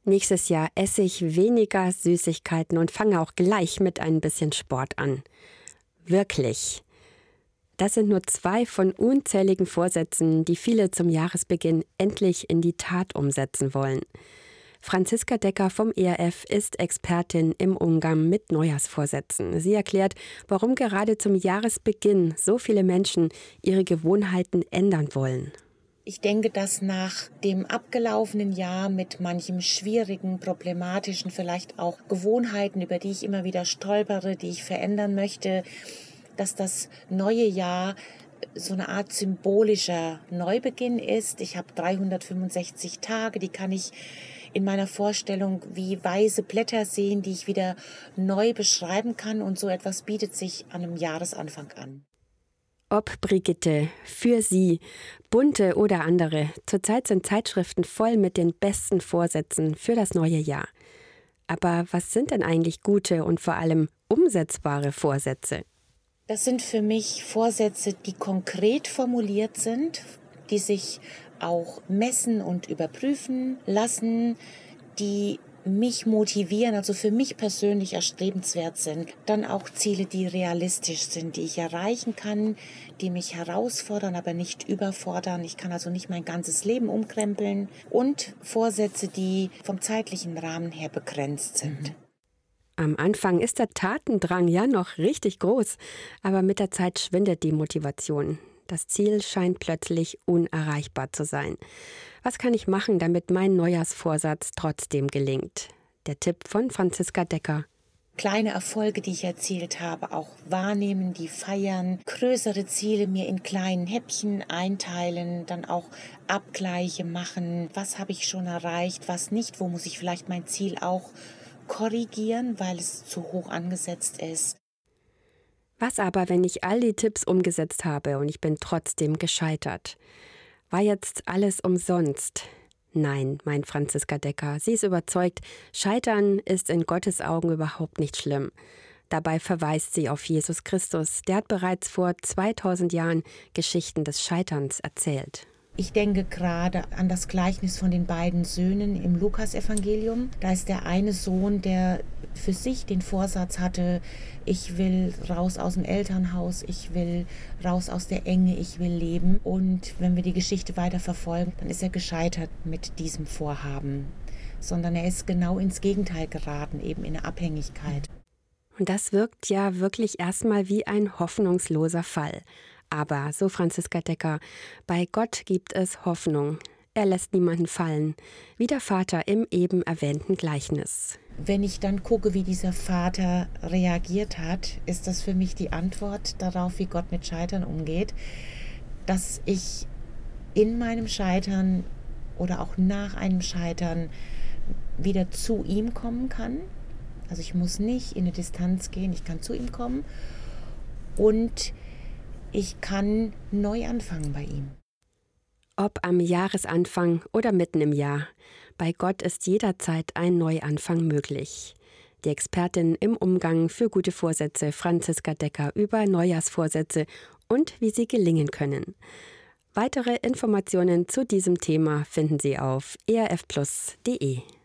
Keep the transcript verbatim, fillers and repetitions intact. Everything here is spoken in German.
Nächstes Jahr esse ich weniger Süßigkeiten und fange auch gleich mit ein bisschen Sport an. Wirklich. Das sind nur zwei von unzähligen Vorsätzen, die viele zum Jahresbeginn endlich in die Tat umsetzen wollen. Franziska Decker vom E R F ist Expertin im Umgang mit Neujahrsvorsätzen. Sie erklärt, warum gerade zum Jahresbeginn so viele Menschen ihre Gewohnheiten ändern wollen. Ich denke, dass nach dem abgelaufenen Jahr mit manchem schwierigen, problematischen, vielleicht auch Gewohnheiten, über die ich immer wieder stolpere, die ich verändern möchte, dass das neue Jahr so eine Art symbolischer Neubeginn ist. Ich habe dreihundertfünfundsechzig Tage, die kann ich in meiner Vorstellung wie weiße Blätter sehen, die ich wieder neu beschreiben kann, und so etwas bietet sich an einem Jahresanfang an. Ob Brigitte, für Sie, bunte oder andere, zurzeit sind Zeitschriften voll mit den besten Vorsätzen für das neue Jahr. Aber was sind denn eigentlich gute und vor allem umsetzbare Vorsätze? Das sind für mich Vorsätze, die konkret formuliert sind, die sich auch messen und überprüfen lassen, die mich motivieren, also für mich persönlich erstrebenswert sind. Dann auch Ziele, die realistisch sind, die ich erreichen kann, die mich herausfordern, aber nicht überfordern. Ich kann also nicht mein ganzes Leben umkrempeln. Und Vorsätze, die vom zeitlichen Rahmen her begrenzt sind. Am Anfang ist der Tatendrang ja noch richtig groß, aber mit der Zeit schwindet die Motivation. Das Ziel scheint plötzlich unerreichbar zu sein. Was kann ich machen, damit mein Neujahrsvorsatz trotzdem gelingt? Der Tipp von Franziska Decker. Kleine Erfolge, die ich erzielt habe, auch wahrnehmen, die feiern, größere Ziele mir in kleinen Häppchen einteilen, dann auch Abgleiche machen. Was habe ich schon erreicht, was nicht? Wo muss ich vielleicht mein Ziel auch korrigieren, weil es zu hoch angesetzt ist? Was aber, wenn ich all die Tipps umgesetzt habe und ich bin trotzdem gescheitert? War jetzt alles umsonst? Nein, meint Franziska Decker. Sie ist überzeugt, Scheitern ist in Gottes Augen überhaupt nicht schlimm. Dabei verweist sie auf Jesus Christus. Der hat bereits vor zweitausend Jahren Geschichten des Scheiterns erzählt. Ich denke gerade an das Gleichnis von den beiden Söhnen im Lukasevangelium. Da ist der eine Sohn, der für sich den Vorsatz hatte, ich will raus aus dem Elternhaus, ich will raus aus der Enge, ich will leben. Und wenn wir die Geschichte weiter verfolgen, dann ist er gescheitert mit diesem Vorhaben, sondern er ist genau ins Gegenteil geraten, eben in eine Abhängigkeit. Und das wirkt ja wirklich erstmal wie ein hoffnungsloser Fall. Aber, so Franziska Decker, bei Gott gibt es Hoffnung. Er lässt niemanden fallen, wie der Vater im eben erwähnten Gleichnis. Wenn ich dann gucke, wie dieser Vater reagiert hat, ist das für mich die Antwort darauf, wie Gott mit Scheitern umgeht, dass ich in meinem Scheitern oder auch nach einem Scheitern wieder zu ihm kommen kann. Also ich muss nicht in eine Distanz gehen, ich kann zu ihm kommen und ich kann neu anfangen bei ihm. Ob am Jahresanfang oder mitten im Jahr, bei Gott ist jederzeit ein Neuanfang möglich. Die Expertin im Umgang für gute Vorsätze, Franziska Decker, über Neujahrsvorsätze und wie sie gelingen können. Weitere Informationen zu diesem Thema finden Sie auf e r f plus punkt d e.